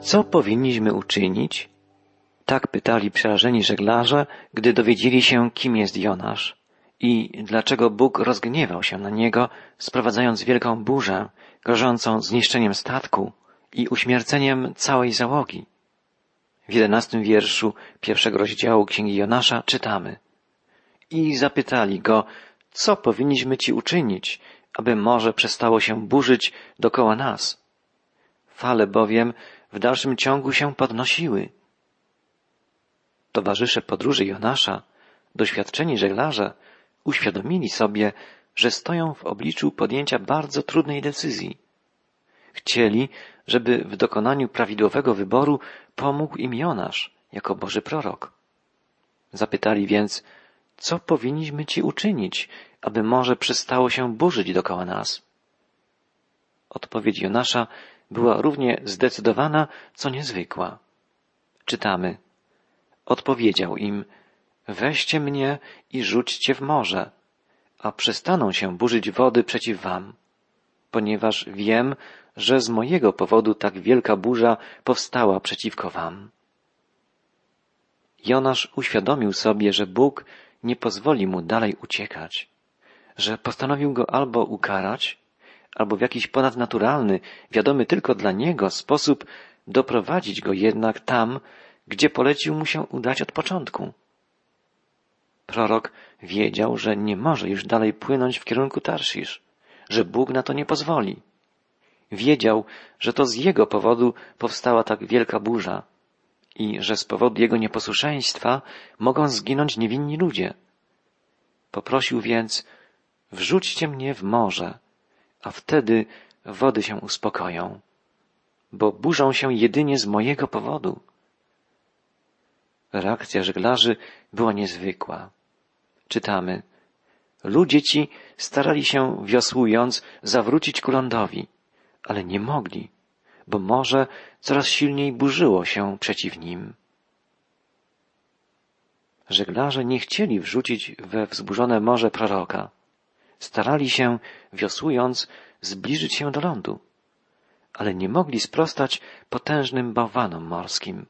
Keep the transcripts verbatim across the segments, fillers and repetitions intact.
Co powinniśmy uczynić? Tak pytali przerażeni żeglarze, gdy dowiedzieli się, kim jest Jonasz i dlaczego Bóg rozgniewał się na niego, sprowadzając wielką burzę, grożącą zniszczeniem statku i uśmierceniem całej załogi. W jedenastym wierszu pierwszego rozdziału Księgi Jonasza czytamy: I zapytali go, co powinniśmy ci uczynić, aby morze przestało się burzyć dokoła nas? Fale bowiem w dalszym ciągu się podnosiły. Towarzysze podróży Jonasza, doświadczeni żeglarze, uświadomili sobie, że stoją w obliczu podjęcia bardzo trudnej decyzji. Chcieli, żeby w dokonaniu prawidłowego wyboru pomógł im Jonasz jako Boży prorok. Zapytali więc, co powinniśmy ci uczynić, aby morze przestało się burzyć dokoła nas? Odpowiedź Jonasza była równie zdecydowana, co niezwykła. Czytamy: Odpowiedział im, weźcie mnie i rzućcie w morze, a przestaną się burzyć wody przeciw wam, ponieważ wiem, że z mojego powodu tak wielka burza powstała przeciwko wam. Jonasz uświadomił sobie, że Bóg nie pozwoli mu dalej uciekać, że postanowił go albo ukarać, albo w jakiś ponadnaturalny, wiadomy tylko dla niego sposób doprowadzić go jednak tam, gdzie polecił mu się udać od początku. Prorok wiedział, że nie może już dalej płynąć w kierunku Tarszisz, że Bóg na to nie pozwoli. Wiedział, że to z jego powodu powstała tak wielka burza i że z powodu jego nieposłuszeństwa mogą zginąć niewinni ludzie. Poprosił więc, wrzućcie mnie w morze, a wtedy wody się uspokoją, bo burzą się jedynie z mojego powodu. Reakcja żeglarzy była niezwykła. Czytamy: ludzie ci starali się, wiosłując, zawrócić ku lądowi, ale nie mogli, bo morze coraz silniej burzyło się przeciw nim. Żeglarze nie chcieli wrzucić we wzburzone morze proroka. Starali się, wiosłując, zbliżyć się do lądu, ale nie mogli sprostać potężnym bałwanom morskim.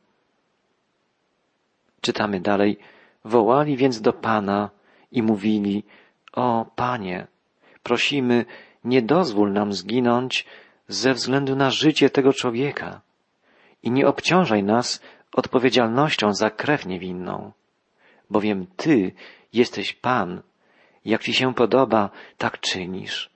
Czytamy dalej: wołali więc do Pana i mówili: o Panie, prosimy, nie dozwól nam zginąć ze względu na życie tego człowieka i nie obciążaj nas odpowiedzialnością za krew niewinną, bowiem Ty jesteś Pan, jak Ci się podoba, tak czynisz.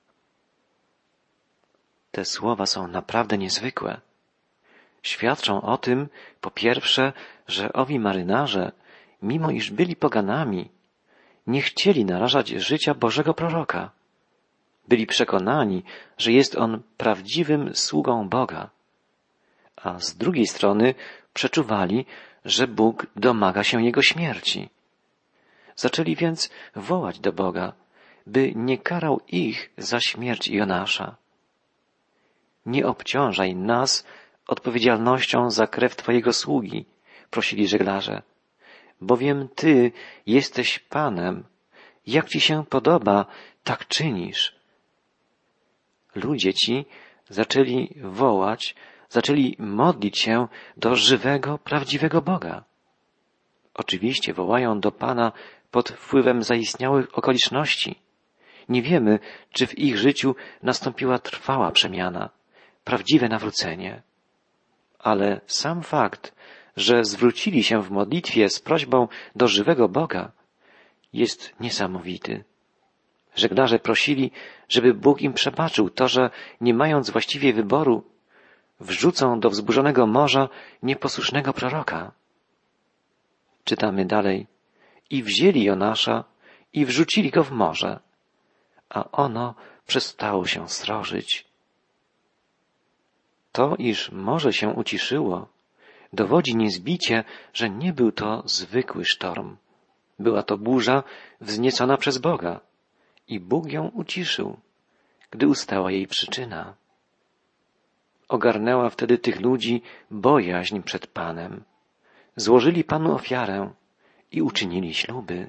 Te słowa są naprawdę niezwykłe. Świadczą o tym, po pierwsze, że owi marynarze, mimo iż byli poganami, nie chcieli narażać życia Bożego proroka. Byli przekonani, że jest on prawdziwym sługą Boga. A z drugiej strony przeczuwali, że Bóg domaga się jego śmierci. Zaczęli więc wołać do Boga, by nie karał ich za śmierć Jonasza. Nie obciążaj nas odpowiedzialnością za krew Twojego sługi, prosili żeglarze, bowiem Ty jesteś Panem, jak Ci się podoba, tak czynisz. Ludzie ci zaczęli wołać, zaczęli modlić się do żywego, prawdziwego Boga. Oczywiście wołają do Pana pod wpływem zaistniałych okoliczności. Nie wiemy, czy w ich życiu nastąpiła trwała przemiana, prawdziwe nawrócenie. Ale sam fakt, że zwrócili się w modlitwie z prośbą do żywego Boga, jest niesamowity. Żeglarze prosili, żeby Bóg im przebaczył to, że nie mając właściwie wyboru, wrzucą do wzburzonego morza nieposłusznego proroka. Czytamy dalej: i wzięli Jonasza i wrzucili go w morze, a ono przestało się srożyć. To, iż morze się uciszyło, dowodzi niezbicie, że nie był to zwykły sztorm. Była to burza wzniecona przez Boga i Bóg ją uciszył, gdy ustała jej przyczyna. Ogarnęła wtedy tych ludzi bojaźń przed Panem. Złożyli Panu ofiarę i uczynili śluby.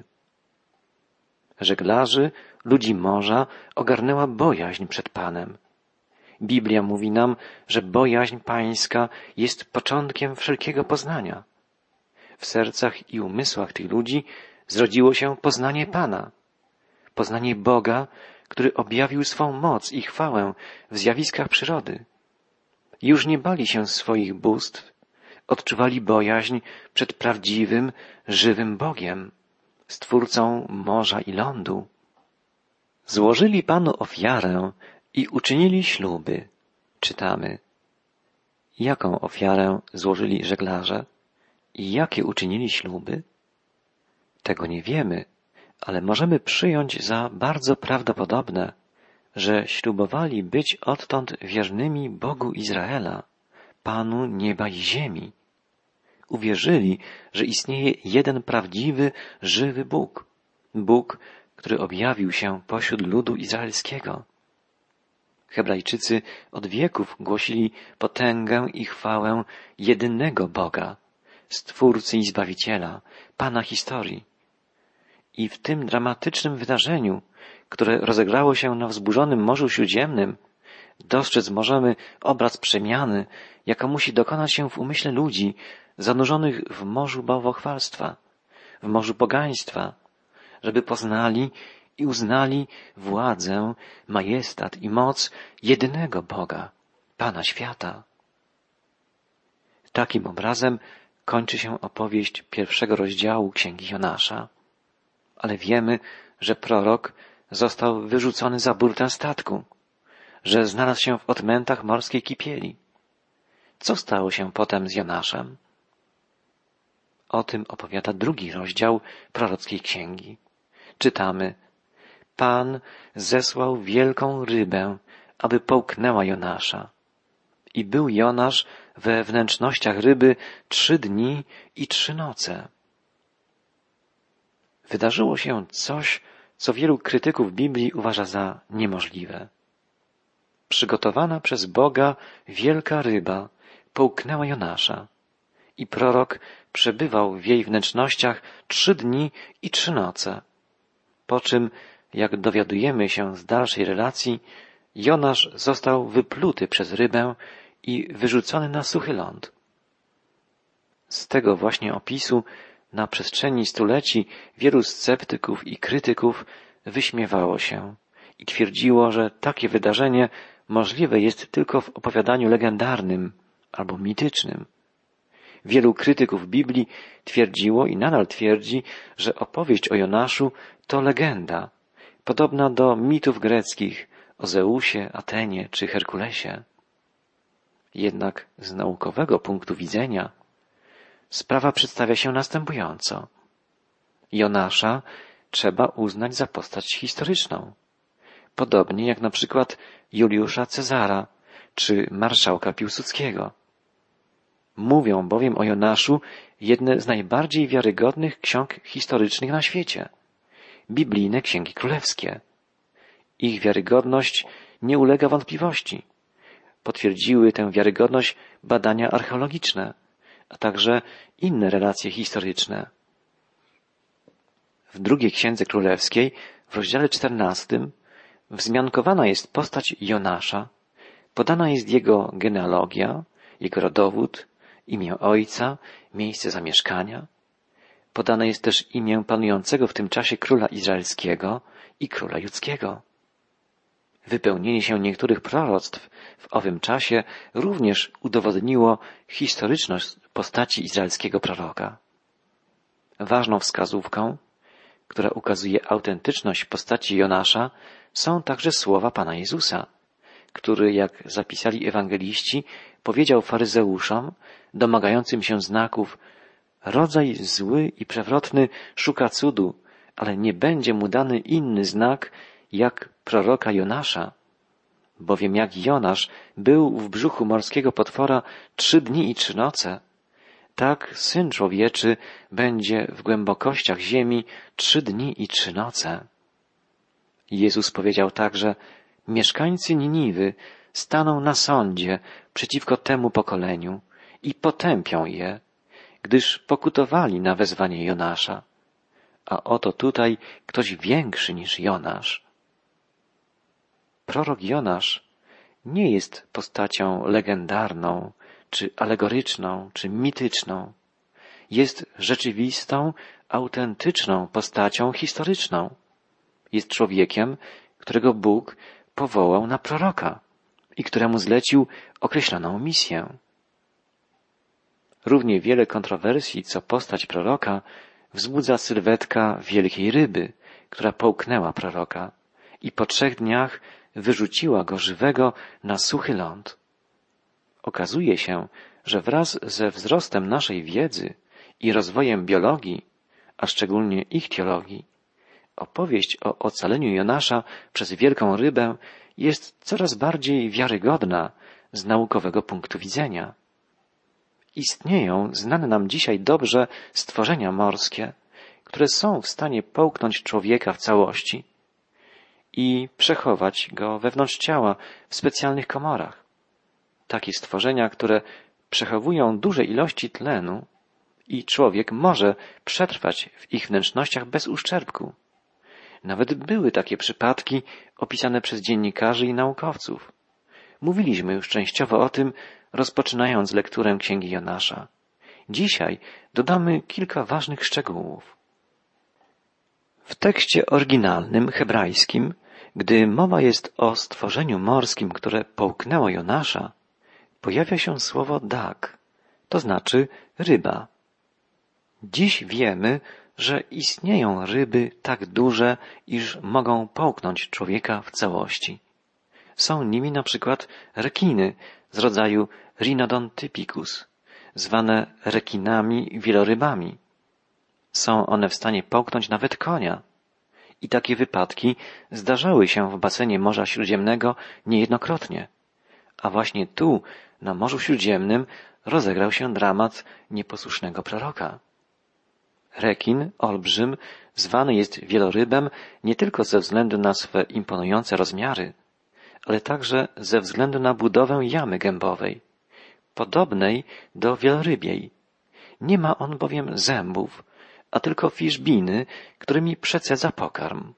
Żeglarzy, ludzi morza ogarnęła bojaźń przed Panem. Biblia mówi nam, że bojaźń Pańska jest początkiem wszelkiego poznania. W sercach i umysłach tych ludzi zrodziło się poznanie Pana, poznanie Boga, który objawił swą moc i chwałę w zjawiskach przyrody. Już nie bali się swoich bóstw, odczuwali bojaźń przed prawdziwym, żywym Bogiem, Stwórcą morza i lądu. Złożyli Panu ofiarę i uczynili śluby. Czytamy. Jaką ofiarę złożyli żeglarze i jakie uczynili śluby? Tego nie wiemy, ale możemy przyjąć za bardzo prawdopodobne, że ślubowali być odtąd wiernymi Bogu Izraela, Panu nieba i ziemi. Uwierzyli, że istnieje jeden prawdziwy, żywy Bóg, Bóg, który objawił się pośród ludu izraelskiego. Hebrajczycy od wieków głosili potęgę i chwałę jedynego Boga, Stwórcy i Zbawiciela, Pana historii. I w tym dramatycznym wydarzeniu, które rozegrało się na wzburzonym Morzu Śródziemnym, dostrzec możemy obraz przemiany, jaka musi dokonać się w umyśle ludzi zanurzonych w morzu bałwochwalstwa, w morzu pogaństwa, żeby poznali i uznali władzę, majestat i moc jedynego Boga, Pana świata. Takim obrazem kończy się opowieść pierwszego rozdziału Księgi Jonasza. Ale wiemy, że prorok został wyrzucony za burtę statku, że znalazł się w odmętach morskiej kipieli. Co stało się potem z Jonaszem? O tym opowiada drugi rozdział prorockiej księgi. Czytamy: Pan zesłał wielką rybę, aby połknęła Jonasza. I był Jonasz we wnętrznościach ryby trzy dni i trzy noce. Wydarzyło się coś, co wielu krytyków Biblii uważa za niemożliwe. Przygotowana przez Boga wielka ryba połknęła Jonasza i prorok przebywał w jej wnętrznościach trzy dni i trzy noce. Po czym, jak dowiadujemy się z dalszej relacji, Jonasz został wypluty przez rybę i wyrzucony na suchy ląd. Z tego właśnie opisu na przestrzeni stuleci wielu sceptyków i krytyków wyśmiewało się i twierdziło, że takie wydarzenie możliwe jest tylko w opowiadaniu legendarnym albo mitycznym. Wielu krytyków Biblii twierdziło i nadal twierdzi, że opowieść o Jonaszu to legenda, podobna do mitów greckich o Zeusie, Atenie czy Herkulesie. Jednak z naukowego punktu widzenia sprawa przedstawia się następująco. Jonasza trzeba uznać za postać historyczną, podobnie jak na przykład Juliusza Cezara czy marszałka Piłsudskiego. Mówią bowiem o Jonaszu jedne z najbardziej wiarygodnych ksiąg historycznych na świecie, biblijne księgi królewskie. Ich wiarygodność nie ulega wątpliwości. Potwierdziły tę wiarygodność badania archeologiczne, a także inne relacje historyczne. W drugiej księdze królewskiej, w rozdziale czternastym, wzmiankowana jest postać Jonasza, podana jest jego genealogia, jego rodowód, imię ojca, miejsce zamieszkania. Podane jest też imię panującego w tym czasie króla izraelskiego i króla judzkiego. Wypełnienie się niektórych proroctw w owym czasie również udowodniło historyczność postaci izraelskiego proroka. Ważną wskazówką, która ukazuje autentyczność postaci Jonasza, są także słowa Pana Jezusa, który, jak zapisali ewangeliści, powiedział faryzeuszom, domagającym się znaków: rodzaj zły i przewrotny szuka cudu, ale nie będzie mu dany inny znak, jak proroka Jonasza. Bowiem jak Jonasz był w brzuchu morskiego potwora trzy dni i trzy noce, tak Syn Człowieczy będzie w głębokościach ziemi trzy dni i trzy noce. Jezus powiedział także: mieszkańcy Niniwy staną na sądzie przeciwko temu pokoleniu i potępią je, gdyż pokutowali na wezwanie Jonasza. A oto tutaj ktoś większy niż Jonasz. Prorok Jonasz nie jest postacią legendarną, czy alegoryczną, czy mityczną. Jest rzeczywistą, autentyczną postacią historyczną. Jest człowiekiem, którego Bóg powołał na proroka i któremu zlecił określoną misję. Równie wiele kontrowersji, co postać proroka, wzbudza sylwetka wielkiej ryby, która połknęła proroka i po trzech dniach wyrzuciła go żywego na suchy ląd. Okazuje się, że wraz ze wzrostem naszej wiedzy i rozwojem biologii, a szczególnie ichtiologii, opowieść o ocaleniu Jonasza przez wielką rybę jest coraz bardziej wiarygodna z naukowego punktu widzenia. Istnieją znane nam dzisiaj dobrze stworzenia morskie, które są w stanie połknąć człowieka w całości i przechować go wewnątrz ciała w specjalnych komorach. Takie stworzenia, które przechowują duże ilości tlenu i człowiek może przetrwać w ich wnętrznościach bez uszczerbku. Nawet były takie przypadki opisane przez dziennikarzy i naukowców. Mówiliśmy już częściowo o tym, rozpoczynając lekturę Księgi Jonasza. Dzisiaj dodamy kilka ważnych szczegółów. W tekście oryginalnym, hebrajskim, gdy mowa jest o stworzeniu morskim, które połknęło Jonasza, pojawia się słowo dak, to znaczy ryba. Dziś wiemy, że istnieją ryby tak duże, iż mogą połknąć człowieka w całości. Są nimi na przykład rekiny z rodzaju Rhinodon typicus, zwane rekinami wielorybami. Są one w stanie połknąć nawet konia. I takie wypadki zdarzały się w basenie Morza Śródziemnego niejednokrotnie. A właśnie tu, na Morzu Śródziemnym, rozegrał się dramat nieposłusznego proroka. Rekin, olbrzym, zwany jest wielorybem nie tylko ze względu na swe imponujące rozmiary, ale także ze względu na budowę jamy gębowej, podobnej do wielorybiej. Nie ma on bowiem zębów, a tylko fiszbiny, którymi przecedza pokarm.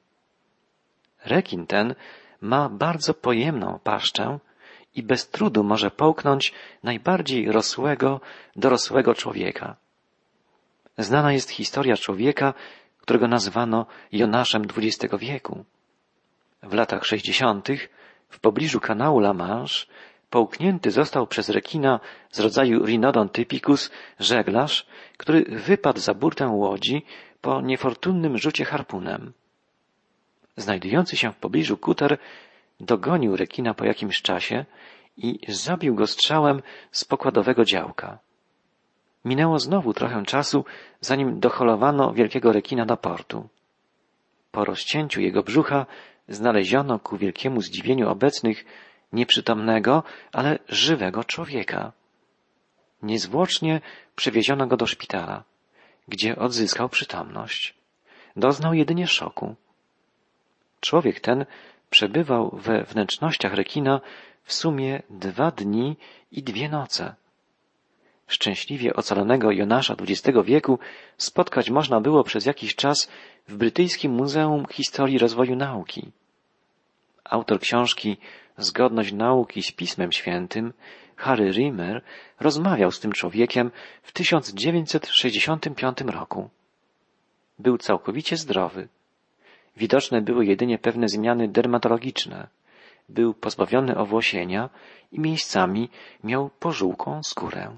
Rekin ten ma bardzo pojemną paszczę i bez trudu może połknąć najbardziej rosłego, dorosłego człowieka. Znana jest historia człowieka, którego nazwano Jonaszem dwudziestego wieku. W latach sześćdziesiątych w pobliżu kanału La Manche połknięty został przez rekina z rodzaju Rhinodon typicus żeglarz, który wypadł za burtę łodzi po niefortunnym rzucie harpunem. Znajdujący się w pobliżu kuter dogonił rekina po jakimś czasie i zabił go strzałem z pokładowego działka. Minęło znowu trochę czasu, zanim doholowano wielkiego rekina do portu. Po rozcięciu jego brzucha znaleziono ku wielkiemu zdziwieniu obecnych nieprzytomnego, ale żywego człowieka. Niezwłocznie przewieziono go do szpitala, gdzie odzyskał przytomność. Doznał jedynie szoku. Człowiek ten przebywał we wnętrznościach rekina w sumie dwa dni i dwie noce. Szczęśliwie ocalonego Jonasza dwudziestego wieku spotkać można było przez jakiś czas w brytyjskim Muzeum Historii Rozwoju Nauki. Autor książki Zgodność nauki z Pismem Świętym, Harry Rimmer, rozmawiał z tym człowiekiem w tysiąc dziewięćset sześćdziesiątym piątym roku. Był całkowicie zdrowy. Widoczne były jedynie pewne zmiany dermatologiczne. Był pozbawiony owłosienia i miejscami miał pożółkłą skórę.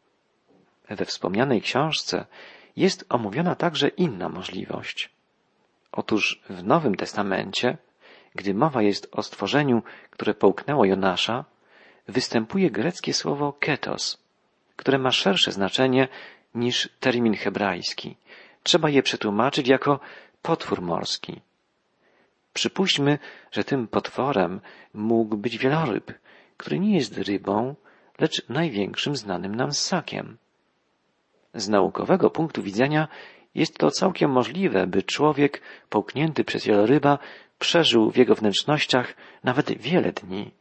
We wspomnianej książce jest omówiona także inna możliwość. Otóż w Nowym Testamencie, gdy mowa jest o stworzeniu, które połknęło Jonasza, występuje greckie słowo ketos, które ma szersze znaczenie niż termin hebrajski. Trzeba je przetłumaczyć jako potwór morski. Przypuśćmy, że tym potworem mógł być wieloryb, który nie jest rybą, lecz największym znanym nam ssakiem. Z naukowego punktu widzenia jest to całkiem możliwe, by człowiek połknięty przez wieloryba przeżył w jego wnętrznościach nawet wiele dni.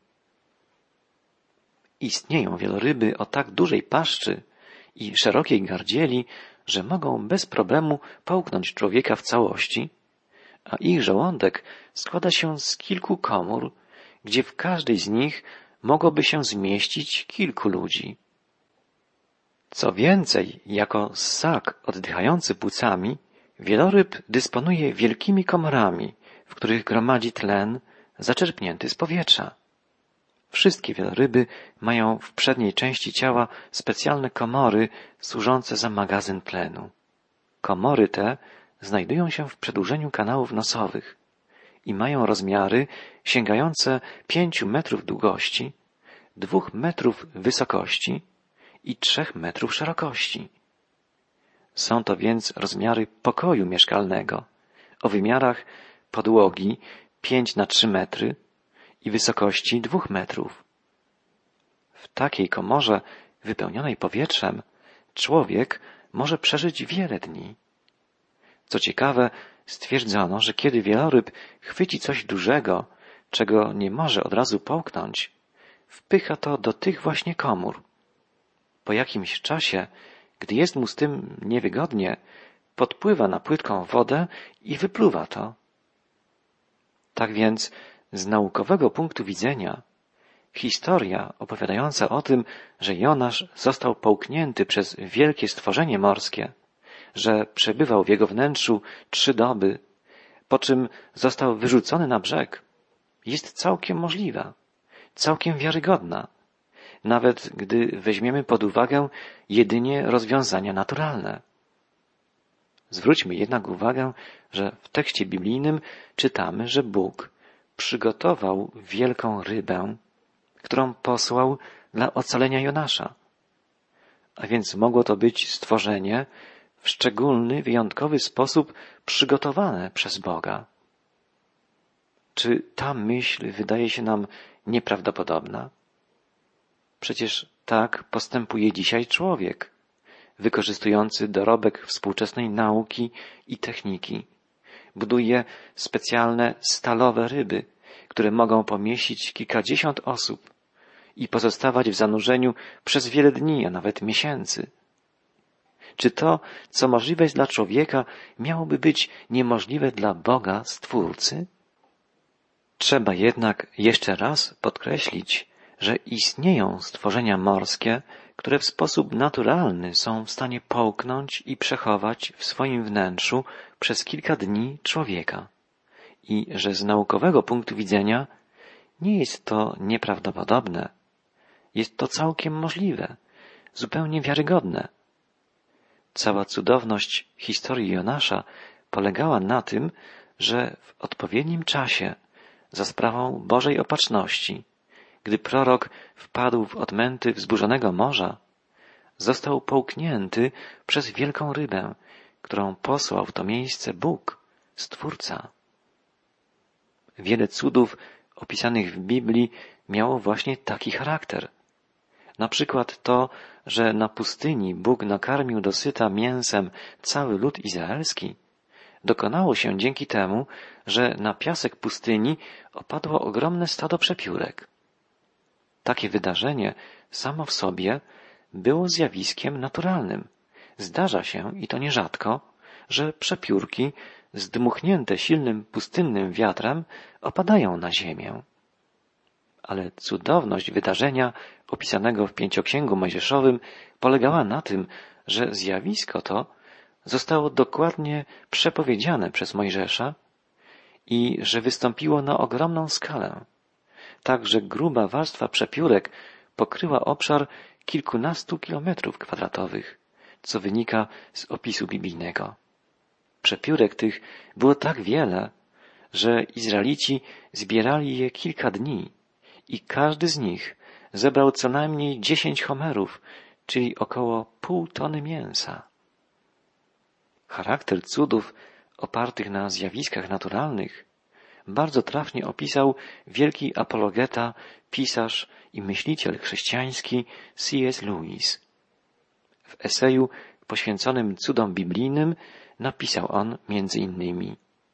Istnieją wieloryby o tak dużej paszczy i szerokiej gardzieli, że mogą bez problemu połknąć człowieka w całości, a ich żołądek składa się z kilku komór, gdzie w każdej z nich mogłoby się zmieścić kilku ludzi. Co więcej, jako ssak oddychający płucami, wieloryb dysponuje wielkimi komorami, w których gromadzi tlen zaczerpnięty z powietrza. Wszystkie wieloryby mają w przedniej części ciała specjalne komory służące za magazyn tlenu. Komory te znajdują się w przedłużeniu kanałów nosowych i mają rozmiary sięgające pięciu metrów długości, dwóch metrów wysokości i trzech metrów szerokości. Są to więc rozmiary pokoju mieszkalnego o wymiarach podłogi pięć na trzy metry i wysokości dwóch metrów. W takiej komorze wypełnionej powietrzem człowiek może przeżyć wiele dni. Co ciekawe, stwierdzono, że kiedy wieloryb chwyci coś dużego, czego nie może od razu połknąć, wpycha to do tych właśnie komór. Po jakimś czasie, gdy jest mu z tym niewygodnie, podpływa na płytką wodę i wypluwa to. Tak więc, z naukowego punktu widzenia, historia opowiadająca o tym, że Jonasz został połknięty przez wielkie stworzenie morskie, że przebywał w jego wnętrzu trzy doby, po czym został wyrzucony na brzeg, jest całkiem możliwa, całkiem wiarygodna, nawet gdy weźmiemy pod uwagę jedynie rozwiązania naturalne. Zwróćmy jednak uwagę, że w tekście biblijnym czytamy, że Bóg przygotował wielką rybę, którą posłał dla ocalenia Jonasza. A więc mogło to być stworzenie w szczególny, wyjątkowy sposób przygotowane przez Boga. Czy ta myśl wydaje się nam nieprawdopodobna? Przecież tak postępuje dzisiaj człowiek, wykorzystujący dorobek współczesnej nauki i techniki. Buduje specjalne stalowe ryby, które mogą pomieścić kilkadziesiąt osób i pozostawać w zanurzeniu przez wiele dni, a nawet miesięcy. Czy to, co możliwe jest dla człowieka, miałoby być niemożliwe dla Boga, Stwórcy? Trzeba jednak jeszcze raz podkreślić, że istnieją stworzenia morskie, które w sposób naturalny są w stanie połknąć i przechować w swoim wnętrzu przez kilka dni człowieka i że z naukowego punktu widzenia nie jest to nieprawdopodobne. Jest to całkiem możliwe, zupełnie wiarygodne. Cała cudowność historii Jonasza polegała na tym, że w odpowiednim czasie, za sprawą Bożej opatrzności, gdy prorok wpadł w odmęty wzburzonego morza, został połknięty przez wielką rybę, którą posłał w to miejsce Bóg, Stwórca. Wiele cudów opisanych w Biblii miało właśnie taki charakter. Na przykład to, że na pustyni Bóg nakarmił dosyta mięsem cały lud izraelski, dokonało się dzięki temu, że na piasek pustyni opadło ogromne stado przepiórek. Takie wydarzenie samo w sobie było zjawiskiem naturalnym. Zdarza się, i to nierzadko, że przepiórki zdmuchnięte silnym pustynnym wiatrem opadają na ziemię. Ale cudowność wydarzenia opisanego w Pięcioksięgu Mojżeszowym polegała na tym, że zjawisko to zostało dokładnie przepowiedziane przez Mojżesza i że wystąpiło na ogromną skalę, tak że gruba warstwa przepiórek pokryła obszar kilkunastu kilometrów kwadratowych, co wynika z opisu biblijnego. Przepiórek tych było tak wiele, że Izraelici zbierali je kilka dni i każdy z nich zebrał co najmniej dziesięć homerów, czyli około pół tony mięsa. Charakter cudów opartych na zjawiskach naturalnych bardzo trafnie opisał wielki apologeta, pisarz i myśliciel chrześcijański C S Lewis. W eseju poświęconym cudom biblijnym napisał on między innymi: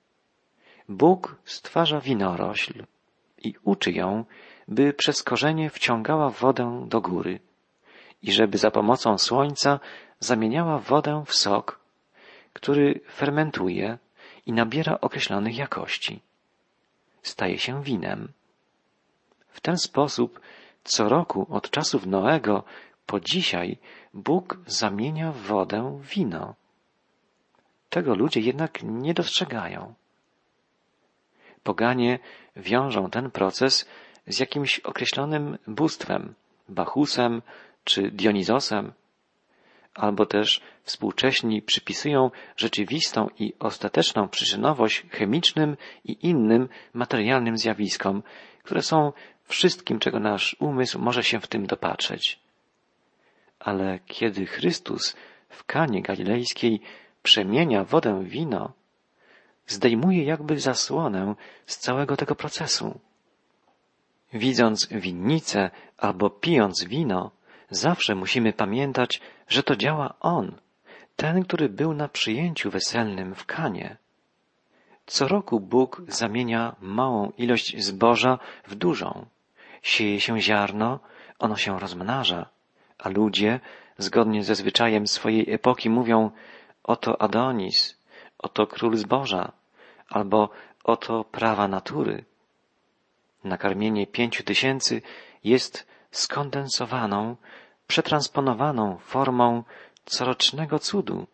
Bóg stwarza winorośl i uczy ją, by przez korzenie wciągała wodę do góry i żeby za pomocą słońca zamieniała wodę w sok, który fermentuje i nabiera określonych jakości. Staje się winem. W ten sposób Co roku od czasów Noego po dzisiaj Bóg zamienia wodę w wino. Tego ludzie jednak nie dostrzegają. Poganie wiążą ten proces z jakimś określonym bóstwem, Bachusem czy Dionizosem, albo też współcześni przypisują rzeczywistą i ostateczną przyczynowość chemicznym i innym materialnym zjawiskom, które są wszystkim, czego nasz umysł może się w tym dopatrzeć. Ale kiedy Chrystus w Kanie Galilejskiej przemienia wodę w wino, zdejmuje jakby zasłonę z całego tego procesu. Widząc winnicę albo pijąc wino, zawsze musimy pamiętać, że to działa On, ten, który był na przyjęciu weselnym w Kanie. Co roku Bóg zamienia małą ilość zboża w dużą. Sieje się ziarno, ono się rozmnaża, a ludzie, zgodnie ze zwyczajem swojej epoki, mówią: oto Adonis, oto król zboża, albo oto prawa natury. Nakarmienie pięciu tysięcy jest skondensowaną, przetransponowaną formą corocznego cudu.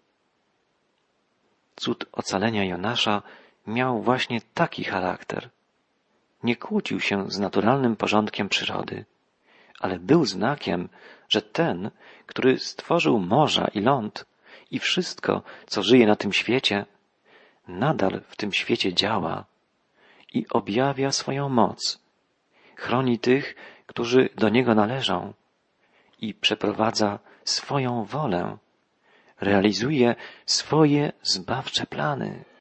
Cud ocalenia Jonasza miał właśnie taki charakter. Nie kłócił się z naturalnym porządkiem przyrody, ale był znakiem, że ten, który stworzył morza i ląd i wszystko, co żyje na tym świecie, nadal w tym świecie działa i objawia swoją moc, chroni tych, którzy do Niego należą i przeprowadza swoją wolę, realizuje swoje zbawcze plany.